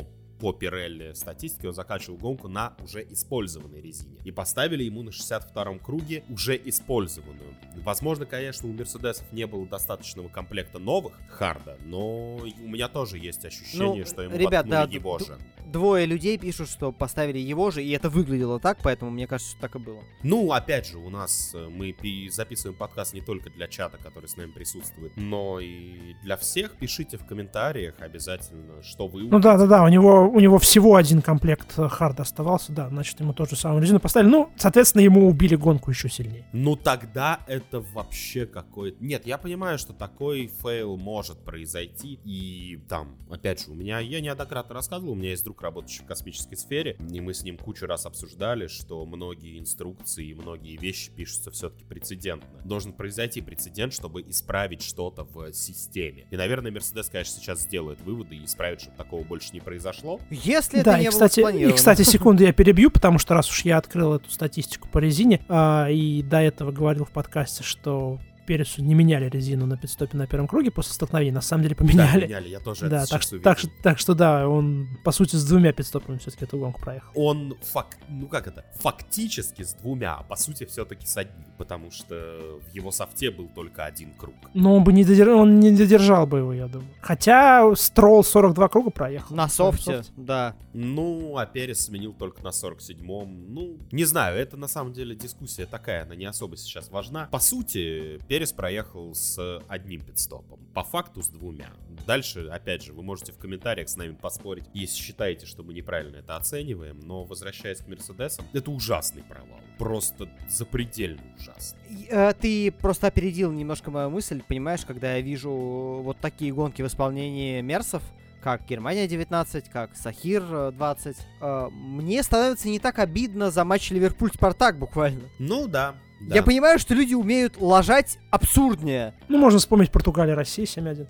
по Pirelli статистике он заканчивал гонку на уже использованной резине. И поставили ему на шестьдесят втором круге уже использованную. Возможно, конечно, у Мерседесов не было достаточного комплекта новых харда, но у меня тоже есть ощущение, ну, что ему ребят, воткнули да, его д- же. Двое людей пишут, что поставили его же, и это выглядело так, поэтому мне кажется, что так и было. Ну, опять же, у нас мы записываем подкаст не только для чата, который с нами присутствует, но и для всех. Пишите в комментариях обязательно, что вы... Ну да-да-да, у него, у него всего один комплект харда оставался, да, значит, ему тоже самую резину поставили. Ну, соответственно, ему убили гонку еще сильнее. Ну, тогда это вообще какой-то... Нет, я понимаю, что такой фейл может произойти, и там, опять же, у меня, я неоднократно рассказывал, у меня есть друг, работающий в космической сфере, и мы с ним кучу раз обсуждали, что многие инструкции и многие вещи пишутся все-таки прецедентно. Должен произойти прецедент, чтобы исправить что-то в системе. И, наверное, Mercedes, конечно, сейчас сделает выводы и исправит, чтобы такого больше не произошло. Если да, это не и, кстати, было спланировано. И, кстати, секунду я перебью, потому что раз уж я открыл эту статистику по резине, а, и до этого говорил в подкасте, что Пересу не меняли резину на пит-стопе на первом круге после столкновения, на самом деле поменяли. Да, меняли, я тоже да, это так, сейчас так, так что да, он по сути с двумя пит-стопами все-таки эту гонку проехал. Он, фак... ну как это, фактически с двумя, а по сути все-таки с одним, потому что в его софте был только один круг. Но он бы не додержал, он не додержал бы его, я думаю. Хотя Стролл сорок два круга проехал. На софте, да. Ну, а Перес сменил только на сорок седьмом. Ну, не знаю, это на самом деле дискуссия такая, она не особо сейчас важна. По сути, Перес проехал с одним пит-стопом, по факту с двумя. Дальше, опять же, вы можете в комментариях с нами поспорить, если считаете, что мы неправильно это оцениваем, но возвращаясь к Мерседесам, это ужасный провал. Просто запредельно ужасный. Э, ты просто опередил немножко мою мысль, понимаешь, когда я вижу вот такие гонки в исполнении Мерсов, как Германия девятнадцать, как Сахир двадцать, э, мне становится не так обидно за матч Ливерпуль-Спартак буквально. Ну да. Да. Я понимаю, что люди умеют лажать абсурднее. Ну, можно вспомнить Португалия-Россия семь один.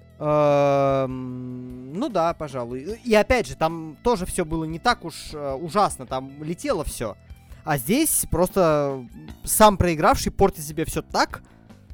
Эм, ну да, пожалуй. И опять же, там тоже все было не так уж э, ужасно, там летело все. А здесь просто сам проигравший портит себе все так,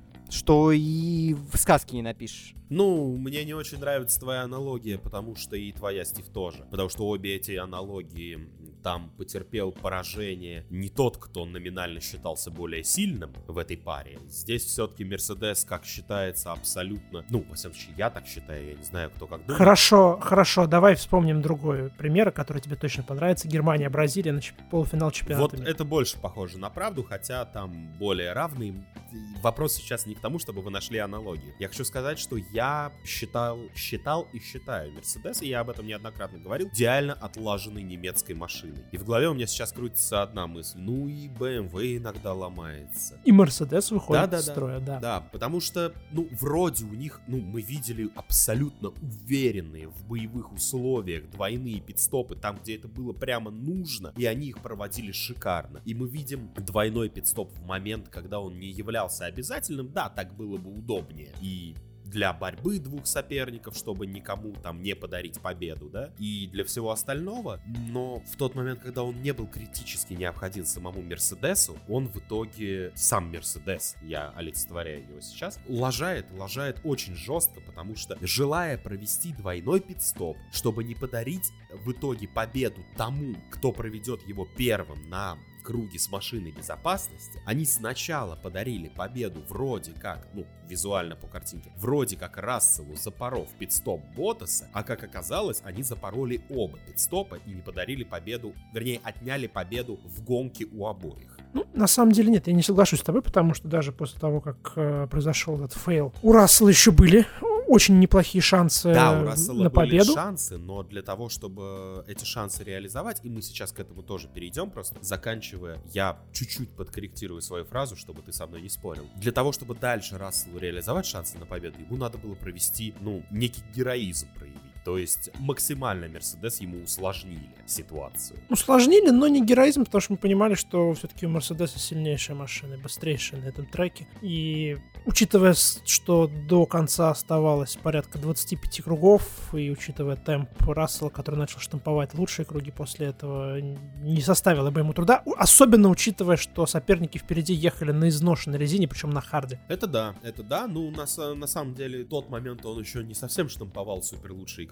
что и в сказке не напишешь. Ну, мне не очень нравится твоя аналогия, потому что и твоя, Стив, тоже. Потому что обе эти аналогии, там потерпел поражение не тот, кто номинально считался более сильным в этой паре. Здесь все-таки Мерседес, как считается, абсолютно... Ну, во всяком случае, я так считаю, я не знаю, кто как думает. Хорошо, хорошо, давай вспомним другой пример, который тебе точно понравится. Германия, Бразилия на чемп... полуфинал чемпионата Вот мира. это больше похоже на правду, хотя там более равный. Вопрос сейчас не к тому, чтобы вы нашли аналогии. Я хочу сказать, что я считал, считал и считаю Мерседес, и я об этом неоднократно говорил, идеально отлаженной немецкой машиной. И в голове у меня сейчас крутится одна мысль. Ну и бэ эм вэ иногда ломается. И Мерседес выходит да, да, из строя, да. да. Да, потому что, ну, вроде у них, ну, мы видели абсолютно уверенные в боевых условиях двойные пит-стопы, там, где это было прямо нужно, и они их проводили шикарно. И мы видим двойной пит-стоп в момент, когда он не являлся обязательным. Да, так было бы удобнее. И для борьбы двух соперников, чтобы никому там не подарить победу, да, и для всего остального, но в тот момент, когда он не был критически необходим самому Мерседесу, он в итоге, сам Мерседес, я олицетворяю его сейчас, лажает, лажает очень жестко, потому что, желая провести двойной пит-стоп, чтобы не подарить в итоге победу тому, кто проведет его первым на круге с машиной безопасности, они сначала подарили победу вроде как, ну, визуально по картинке, вроде как Расселу, запоров пит-стоп Боттаса, а как оказалось, они запороли оба пит-стопа и не подарили победу, вернее, отняли победу в гонке у обоих. Ну, на самом деле нет, я не соглашусь с тобой, потому что даже после того, как э, произошел этот фейл, у Рассела еще были очень неплохие шансы да, у Рассела на были победу. шансы, но для того, чтобы эти шансы реализовать, и мы сейчас к этому тоже перейдем, просто заканчивая, я чуть-чуть подкорректирую свою фразу, чтобы ты со мной не спорил. Для того, чтобы дальше Расселу реализовать шансы на победу, ему надо было провести, ну, некий героизм проявить. То есть максимально Мерседес ему усложнили ситуацию. Усложнили, но не героизм, потому что мы понимали, что все-таки у Мерседеса сильнейшая машина, быстрейшая на этом треке. И учитывая, что до конца оставалось порядка двадцать пять кругов, и учитывая темп Рассела, который начал штамповать лучшие круги после этого, не составило бы ему труда. Особенно учитывая, что соперники впереди ехали на изношенной резине, причем на харде. Это да, это да. Ну, на, на самом деле, в тот момент он еще не совсем штамповал супер лучшие круги.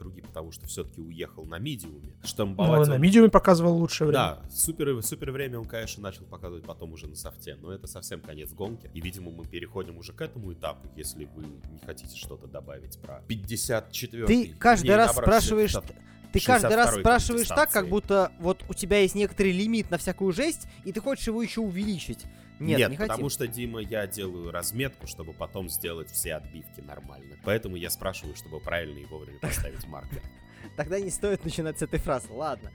круги, потому что все-таки уехал на медиуме. Ну, Штамповать на он... медиуме показывал лучшее время. Да, супер, супер время он, конечно, начал показывать потом уже на софте, но это совсем конец гонки. И, видимо, мы переходим уже к этому этапу, если вы не хотите что-то добавить про пятьдесят четвёртый. Ты каждый раз спрашиваешь... Ты каждый раз спрашиваешь так, как будто вот у тебя есть некоторый лимит на всякую жесть, и ты хочешь его еще увеличить. Нет, Нет, не потому хотим. что, Дима, я делаю разметку, чтобы потом сделать все отбивки нормально. Поэтому я спрашиваю, чтобы правильно и вовремя поставить маркер. Тогда не стоит начинать с этой фразы, ладно.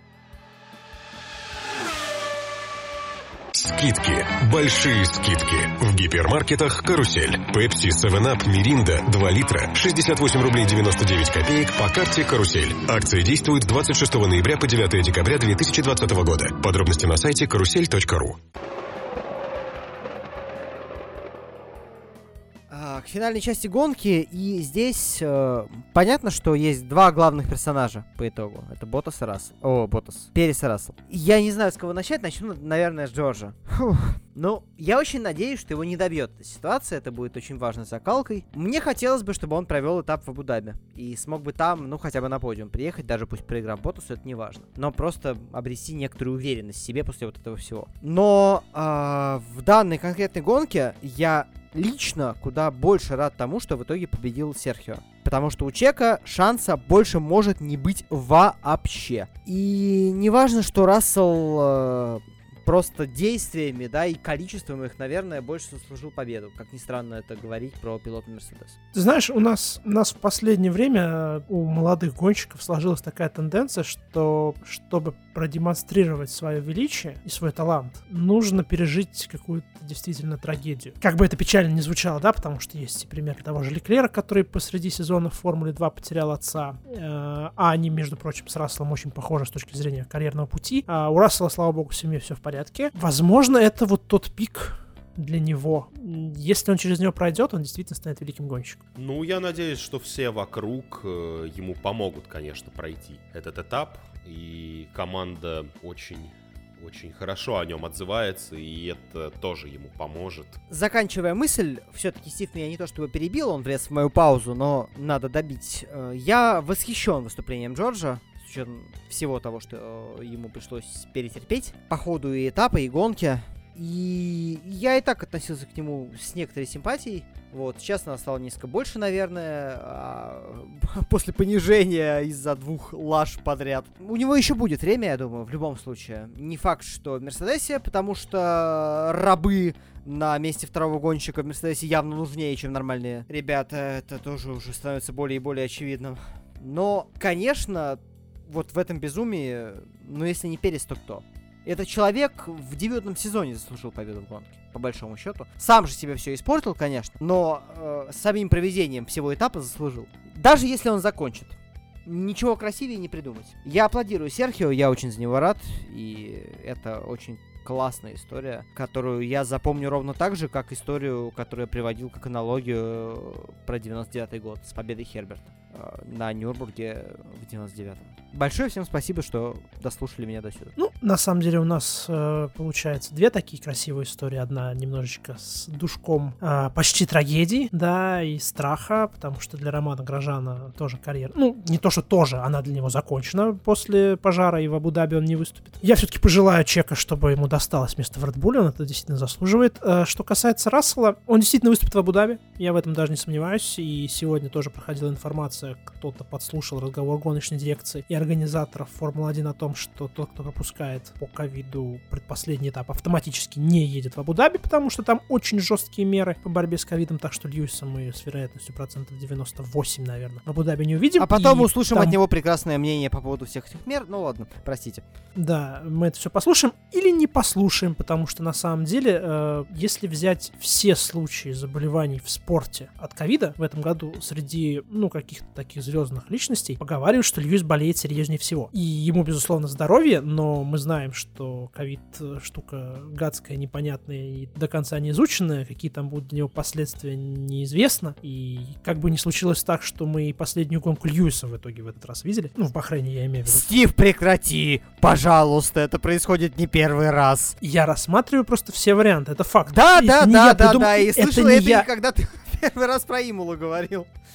Скидки. Большие скидки. В гипермаркетах «Карусель». Пепси, севен ап, Миринда, два литра, шестьдесят восемь рублей девяносто девять копеек по карте «Карусель». Акция действует с двадцать шестого ноября по девятого декабря две тысячи двадцатого года. Подробности на сайте карусель точка ру. К финальной части гонки, и здесь э, понятно, что есть два главных персонажа по итогу. Это Ботас и Рассел. О, Ботас. Перес и Рассел. Я не знаю, с кого начать. Начну, наверное, с Джорджа. Фух. Ну, я очень надеюсь, что его не добьет эта ситуация. Это будет очень важной закалкой. Мне хотелось бы, чтобы он провел этап в Абу-Даби. И смог бы там, ну, хотя бы на подиум приехать, даже пусть проиграв Ботасу, это не важно. Но просто обрести некоторую уверенность в себе после вот этого всего. Но э, в данной конкретной гонке я... лично куда больше рад тому, что в итоге победил Серхио. Потому что у Чека шанса больше может не быть вообще. И не важно, что Рассел э, просто действиями, да, и количеством их, наверное, больше заслужил победу. Как ни странно это говорить про пилота Мерседес. Ты знаешь, у нас, у нас в последнее время у молодых гонщиков сложилась такая тенденция, что чтобы продемонстрировать свое величие и свой талант, нужно пережить какую-то действительно трагедию. Как бы это печально не звучало, да, потому что есть и пример того же Леклера, который посреди сезона в Формуле два потерял отца, э, а они, между прочим, с Расселом очень похожи с точки зрения карьерного пути. А у Рассела, слава богу, в семье все в порядке. Возможно, это вот тот пик для него. Если он через него пройдет, он действительно станет великим гонщиком. Ну, я надеюсь, что все вокруг э, ему помогут, конечно, пройти этот этап. И команда очень, очень хорошо о нем отзывается, и это тоже ему поможет. Заканчивая мысль, все-таки Стив меня не то чтобы перебил, он влез в мою паузу, но надо добить. Я восхищен выступлением Джорджа, с учетом всего того, что ему пришлось перетерпеть по ходу и этапа, и гонки. И я и так относился к нему с некоторой симпатией. Вот, сейчас она стала несколько больше, наверное, а после понижения из-за двух лаж подряд. У него еще будет время, я думаю, в любом случае. Не факт, что в Мерседесе, потому что рабы на месте второго гонщика в Мерседесе явно нужнее, чем нормальные ребята. Это тоже уже становится более и более очевидным. Но, конечно, вот в этом безумии, ну если не Перес, то кто? Этот человек в дебютном сезоне заслужил победу в гонке, по большому счету. Сам же себе все испортил, конечно, но э, самим проведением всего этапа заслужил. Даже если он закончит. Ничего красивее не придумать. Я аплодирую Серхио, я очень за него рад, и это очень классная история, которую я запомню ровно так же, как историю, которую я приводил как аналогию про девяносто девятый год с победой Херберта э, на Нюрнбурге в девяносто девятом. Большое всем спасибо, что дослушали меня до сюда. Ну, на самом деле у нас э, получается две такие красивые истории. Одна немножечко с душком э, почти трагедии, да, и страха, потому что для Романа Грожана тоже карьера, ну, не то, что тоже, она для него закончена после пожара, и в Абу-Даби он не выступит. Я все-таки пожелаю Чека, чтобы ему досталось место в Red Bull, он это действительно заслуживает. Э, что касается Рассела, он действительно выступит в Абу-Даби, я в этом даже не сомневаюсь, и сегодня тоже проходила информация, кто-то подслушал разговор гоночной дирекции и организаторов Формулы один о том, что тот, кто пропускает по ковиду предпоследний этап, автоматически не едет в Абу-Даби, потому что там очень жесткие меры по борьбе с ковидом, так что Льюиса мы с вероятностью процентов девяносто восемь, наверное, в Абу-Даби не увидим. А потом услышим там... от него прекрасное мнение по поводу всех этих мер. Ну ладно, простите. Да, мы это все послушаем или не послушаем, потому что на самом деле, э, если взять все случаи заболеваний в спорте от ковида в этом году среди, ну, каких-то таких звездных личностей, поговаривают, что Льюис болеет серьезнее всего. И ему, безусловно, здоровье, но мы знаем, что ковид штука гадская, непонятная и до конца не изученная, какие там будут для него последствия, неизвестно. И как бы ни случилось так, что мы и последнюю гонку Льюиса в итоге в этот раз видели. Ну, в Бахрейне я имею в виду. Стив, прекрати! Пожалуйста, это происходит не первый раз. Я рассматриваю просто все варианты, это факт. Да, И да, не да, я да, придум... да, и это слышал не это, я... когда ты первый раз про Имулу говорил.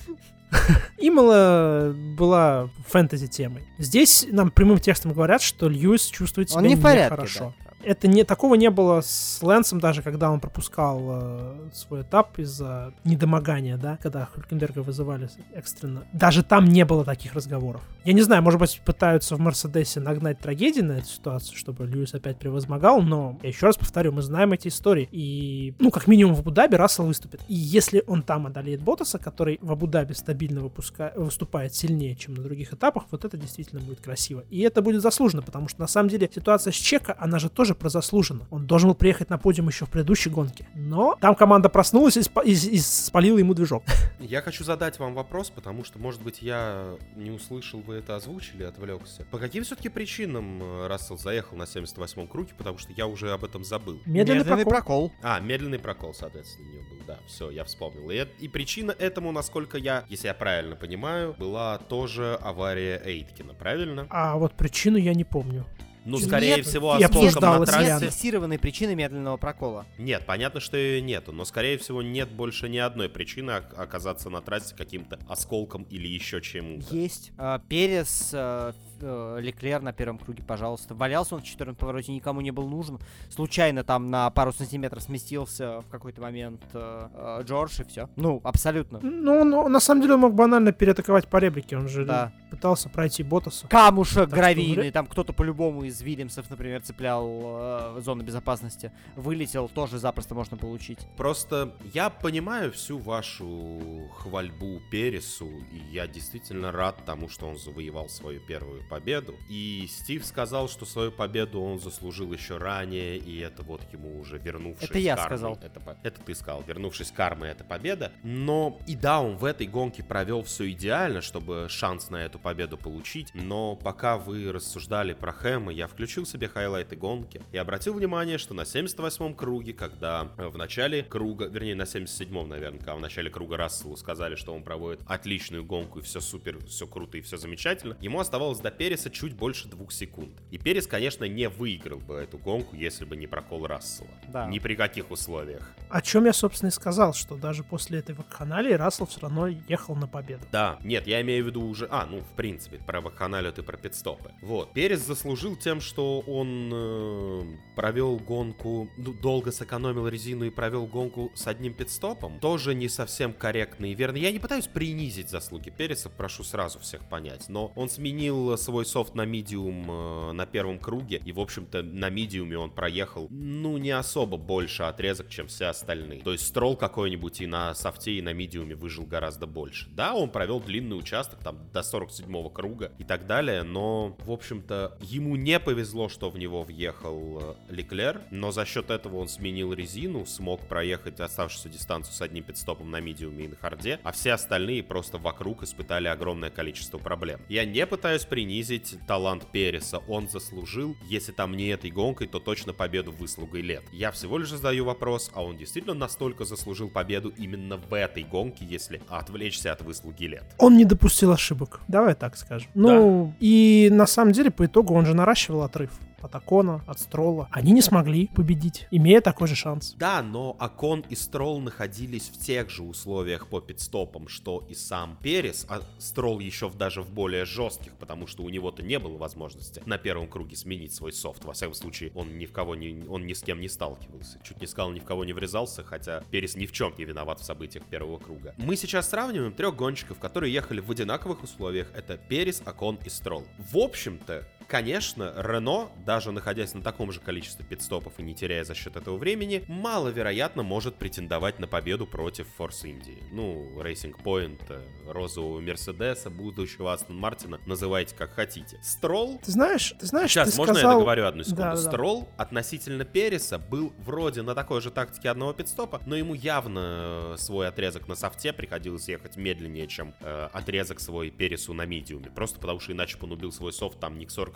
Имола была фэнтези-темой. Здесь нам прямым текстом говорят, что Льюис чувствует себя Он не в порядке, нехорошо. да. Это не, такого не было с Лэнсом даже, когда он пропускал э, свой этап из-за недомогания, да, когда Хülkenberg'а вызывали экстренно. Даже там не было таких разговоров. Я не знаю, может быть, пытаются в Мерседесе нагнать трагедии на эту ситуацию, чтобы Льюис опять превозмогал, но я еще раз повторю, мы знаем эти истории. И, ну, как минимум в Абу-Даби Рассел выступит. И если он там одолеет Боттаса, который в Абу-Даби стабильно выпуска... выступает сильнее, чем на других этапах, вот это действительно будет красиво. И это будет заслуженно, потому что на самом деле ситуация с Чеко, она же тоже про заслуженно. Он должен был приехать на подиум еще в предыдущей гонке. Но там команда проснулась и, спа- и, и спалила ему движок. Я хочу задать вам вопрос, потому что, может быть, я не услышал, вы это озвучили, отвлекся. По каким все-таки причинам Рассел заехал на семьдесят восьмом круге, потому что я уже об этом забыл. Медленный, Медленный прокол. прокол. А, медленный прокол, соответственно, у него был. Да, все, я вспомнил. И, и причина этому, насколько я, если я правильно понимаю, была тоже авария Эйткина, правильно? А вот причину я не помню. Ну, Нет, скорее всего, я осколком обсуждала на с трассе... Яной. Нет фиксированной причины медленного прокола. Нет, понятно, что ее нету, но, скорее всего, нет больше ни одной причины ок- оказаться на трассе каким-то осколком или еще чему-то. Есть. А, Перес, а, э, Леклер на первом круге, пожалуйста. Валялся он в четвертом повороте, никому не был нужен. Случайно там на пару сантиметров сместился в какой-то момент э, э, Джордж, и все. Ну, абсолютно. Ну, ну, на самом деле он мог банально переатаковать по ребрике. Он же Да. пытался пройти Боттаса. Камушек что гравийный, вре- там кто-то по-любому из Вильямсов, например, цеплял э, зону безопасности. Вылетел, тоже запросто можно получить. Просто я понимаю всю вашу хвальбу Пересу, и я действительно рад тому, что он завоевал свою первую победу. И Стив сказал, что свою победу он заслужил еще ранее, и это вот ему уже вернувшись Это я кармой, сказал. Это, по- это ты сказал, вернувшись кармой, это победа. Но и да, он в этой гонке провел все идеально, чтобы шанс на эту победу получить. Но пока вы рассуждали про Хэма, я включил себе хайлайты гонки и обратил внимание, что на семьдесят восьмом круге, когда в начале круга, вернее на семьдесят седьмом, наверное, когда в начале круга Расселу сказали, что он проводит отличную гонку и все супер, все круто и все замечательно, ему оставалось до Переса чуть больше двух секунд. И Перес, конечно, не выиграл бы эту гонку, если бы не прокол Рассела. Да. Ни при каких условиях. О чем я, собственно, и сказал, что даже после этой вакханалии Рассел все равно ехал на победу. Да, нет, я имею в виду уже... А, ну, в принципе, про вакханалию и про пидстопы. Вот. Перес заслужил тем, что он э, провел гонку, ну, долго сэкономил резину и провел гонку с одним пидстопом. Тоже не совсем корректно и верно. Я не пытаюсь принизить заслуги Переса, прошу сразу всех понять. Но он сменил свой софт на медиум э, на первом круге. И, в общем-то, на медиуме он проехал, ну, не особо больше отрезок, чем все остальные. То есть Стролл какой-нибудь и на софте, и на медиуме выжил гораздо больше. Да, он провел длинный участок, там, до сорок седьмого круга и так далее, но, в общем-то, ему не повезло, что в него въехал Леклер, но за счет этого он сменил резину, смог проехать оставшуюся дистанцию с одним пидстопом на медиуме и на харде, а все остальные просто вокруг испытали огромное количество проблем. Я не пытаюсь принизить талант Переса, он заслужил, если там не этой гонкой, то точно победу выслугой лет. Я всего лишь задаю вопрос, а он действительно настолько заслужил победу именно в этой гонке, если отвлечься от выслуги лет? Он не допустил ошибок, давай так скажем. Ну, и на самом деле, по итогу, он же наращивал отрыв от Окона, от Стролла. Они не смогли победить, имея такой же шанс. Да, но Окон и Стролл находились в тех же условиях по пидстопам, что и сам Перес, а Стролл еще в, даже в более жестких, потому что у него-то не было возможности на первом круге сменить свой софт. Во всяком случае, он ни в кого не, он ни с кем не сталкивался. Чуть не сказал, ни в кого не врезался, хотя Перес ни в чем не виноват в событиях первого круга. Мы сейчас сравниваем трех гонщиков, которые ехали в одинаковых условиях. Это Перес, Окон и Стролл. В общем-то, конечно, Рено, даже находясь на таком же количестве пидстопов и не теряя за счет этого времени, маловероятно может претендовать на победу против Force India. Ну, Racing Point, розового Мерседеса, будущего Астон Мартина, называйте как хотите. Стролл... Ты знаешь, ты знаешь, Сейчас, ты можно сказал... я договорю одну секунду? Да, да, да. Стролл относительно Переса был вроде на такой же тактике одного пидстопа, но ему явно свой отрезок на софте приходилось ехать медленнее, чем э, отрезок свой Пересу на медиуме. Просто потому что иначе бы он убил свой софт там не к сорок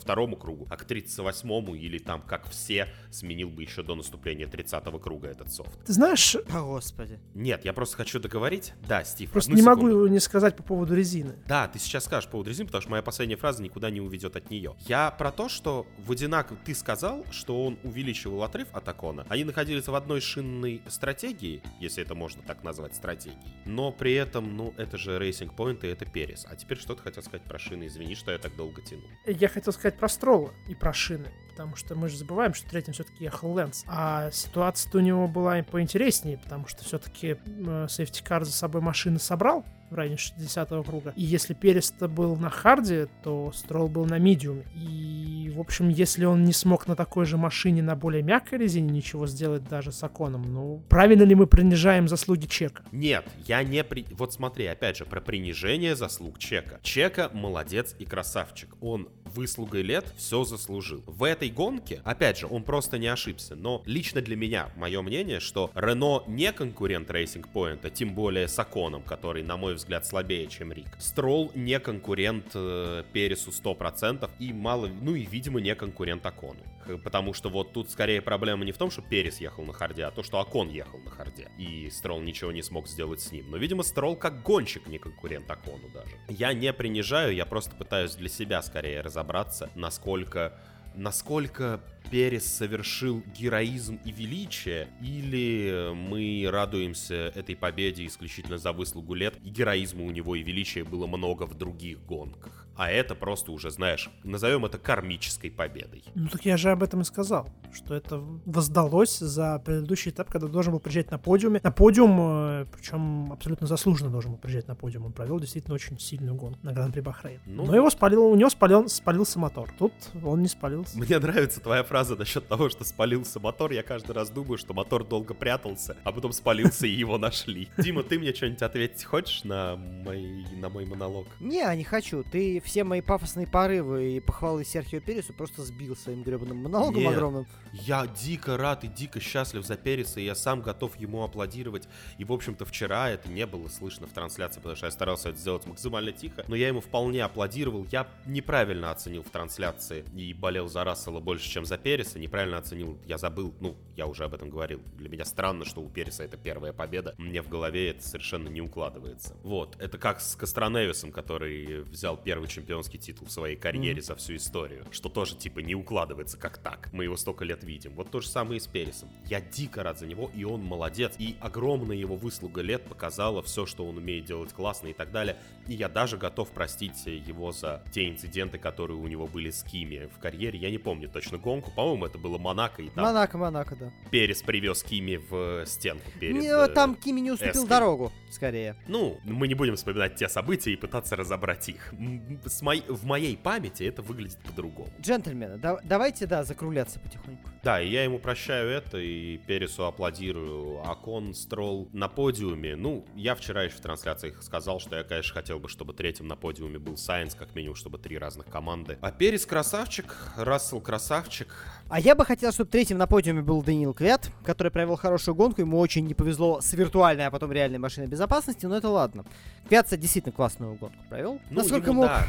второму кругу, а к тридцать восьмому или там как все сменил бы еще до наступления тридцатого круга этот софт. Ты знаешь... О, господи. Нет, я просто хочу договорить. Да, Стив, Просто одну не секунду. могу не сказать по поводу резины. Да, ты сейчас скажешь по поводу резины, потому что моя последняя фраза никуда не уведет от нее. Я про то, что в одинаково... Ты сказал, что он увеличивал отрыв от Окона. Они находились в одной шинной стратегии, если это можно так назвать стратегией. Но при этом, ну, это же Racing Point и это Перес. А теперь что ты хотел сказать про шины? Извини, что я так долго тянул. Я хотел сказать про Строла и про шины. Потому что мы же забываем, что третьим все-таки ехал Лэнс. А ситуация-то у него была поинтереснее, потому что все-таки э, сейфтикар за собой машины собрал в районе шестидесятого круга. И если Перес-то был на харде, то Стролл был на мидиуме. И, в общем, если он не смог на такой же машине на более мягкой резине ничего сделать даже с Оконом, ну, правильно ли мы принижаем заслуги Чека? Нет, я не... При... Вот смотри, опять же, про принижение заслуг Чека. Чека молодец и красавчик. Он выслугой лет все заслужил. В этой гонке, опять же, он просто не ошибся. Но лично для меня, мое мнение, что Рено не конкурент Racing Point, тем более с Оконом, который, на мой взгляд, слабее, чем Рик. Стролл не конкурент э, Пересу сто процентов и мало, ну и, видимо, не конкурент Окону. Потому что вот тут скорее проблема не в том, что Перес ехал на харде, а то, что Окон ехал на харде. И Стролл ничего не смог сделать с ним. Но, видимо, Стролл как гонщик не конкурент Окону даже. Я не принижаю, я просто пытаюсь для себя скорее разобраться, насколько... Насколько Перес совершил героизм и величие, или мы радуемся этой победе исключительно за выслугу лет, и героизма у него и величия было много в других гонках. А это просто уже, знаешь, назовем это кармической победой. Ну так я же об этом и сказал, что это воздалось за предыдущий этап, когда должен был приезжать на подиуме. На подиум, причем абсолютно заслуженно должен был приезжать на подиум. Он провел действительно очень сильную гонку на Гран-при Бахрейн. Ну... Но его спалил, у него спалил, спалился мотор. Тут он не спалился. Мне нравится твоя фраза насчет того, что спалился мотор. Я каждый раз думаю, что мотор долго прятался, а потом спалился и его нашли. Дима, ты мне что-нибудь ответить хочешь на мой, на мой монолог? Не, не хочу. Ты все мои пафосные порывы и похвалы Серхио Пересу просто сбил своим гребаным монологом Нет, огромным. Я дико рад и дико счастлив за Переса, и я сам готов ему аплодировать. И, в общем-то, вчера это не было слышно в трансляции, потому что я старался это сделать максимально тихо, но я ему вполне аплодировал. Я неправильно оценил в трансляции и болел за Рассела больше, чем за Переса. Неправильно оценил, я забыл, ну, я уже об этом говорил. Для меня странно, что у Переса это первая победа. Мне в голове это совершенно не укладывается. Вот, это как с Кастроневисом, который взял первый чемпионский титул в своей карьере mm-hmm. за всю историю, что тоже типа не укладывается как так. Мы его столько лет видим. Вот то же самое и с Пересом. Я дико рад за него, и он молодец. И огромная его выслуга лет показала все, что он умеет делать классно и так далее. И я даже готов простить его за те инциденты, которые у него были с Кими в карьере. Я не помню точно гонку. По-моему, это было Монако. И там Монако, Монако, да. Перес привез Кими в стенку перед... Не, там Кими не уступил эской. дорогу, скорее. Ну, мы не будем вспоминать те события и пытаться разобрать их. С мо... В моей памяти это выглядит по-другому. Джентльмены, да, давайте, да, закругляться потихоньку. Да, и я ему прощаю это, и Пересу аплодирую. Окон, Стролл на подиуме. Ну, я вчера еще в трансляциях сказал, что я, конечно, хотел бы, чтобы третьим на подиуме был Сайнс, как минимум, чтобы три разных команды. А Перес красавчик, Рассел красавчик. А я бы хотел, чтобы третьим на подиуме был Даниил Квят, который провел хорошую гонку. Ему очень не повезло с виртуальной, а потом реальной машиной безопасности, но это ладно. Квят действительно классную гонку провел. Ну, Насколько ему, мог... да,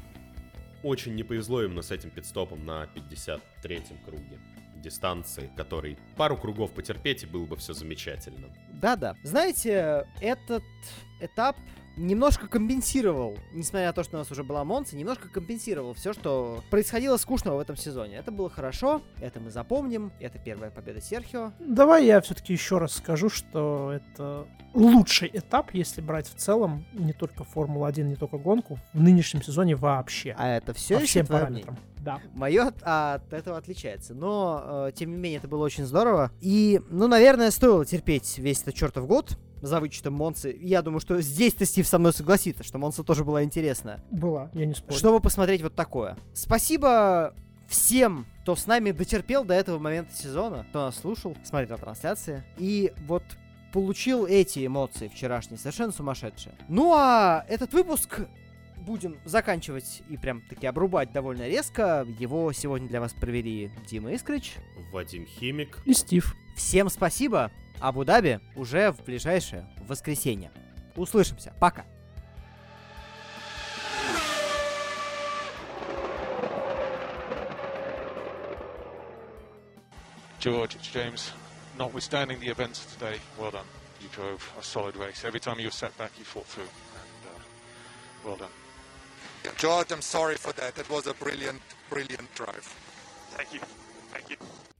очень не повезло именно с этим пидстопом на пятьдесят третьем круге дистанции, который пару кругов потерпеть, и было бы все замечательно. Да-да. Знаете, этот этап немножко компенсировал, несмотря на то, что у нас уже была Монца, немножко компенсировал все, что происходило скучного в этом сезоне. Это было хорошо, это мы запомним, это первая победа Серхио. Давай я все-таки еще раз скажу, что это лучший этап, если брать в целом не только Формулу один, не только гонку, в нынешнем сезоне вообще. А это все по еще всем твое параметрам. мнение? Да. Мое от, от этого отличается. Но, э, тем не менее, это было очень здорово. И, ну, наверное, стоило терпеть весь этот чертов год за вычетом Монцы. Я думаю, что здесь-то Стив со мной согласится, что Монца тоже была интересная. Была, я не спорю. Чтобы посмотреть вот такое. Спасибо всем, кто с нами дотерпел до этого момента сезона, кто нас слушал, смотрел трансляции. И вот получил эти эмоции вчерашние, совершенно сумасшедшие. Ну, а этот выпуск... будем заканчивать и прям таки обрубать довольно резко. Его сегодня для вас провели Дима Искрич, Вадим Химик и Стив. Всем спасибо. Абу-Даби уже в ближайшее воскресенье. Услышимся. Пока. George, it's James. Notwithstanding the events of today, well done. You drove a solid race. Every time you were set back, you fought through. And uh, well done. Yeah, George, I'm sorry for that. That was a brilliant, brilliant drive. Thank you. Thank you.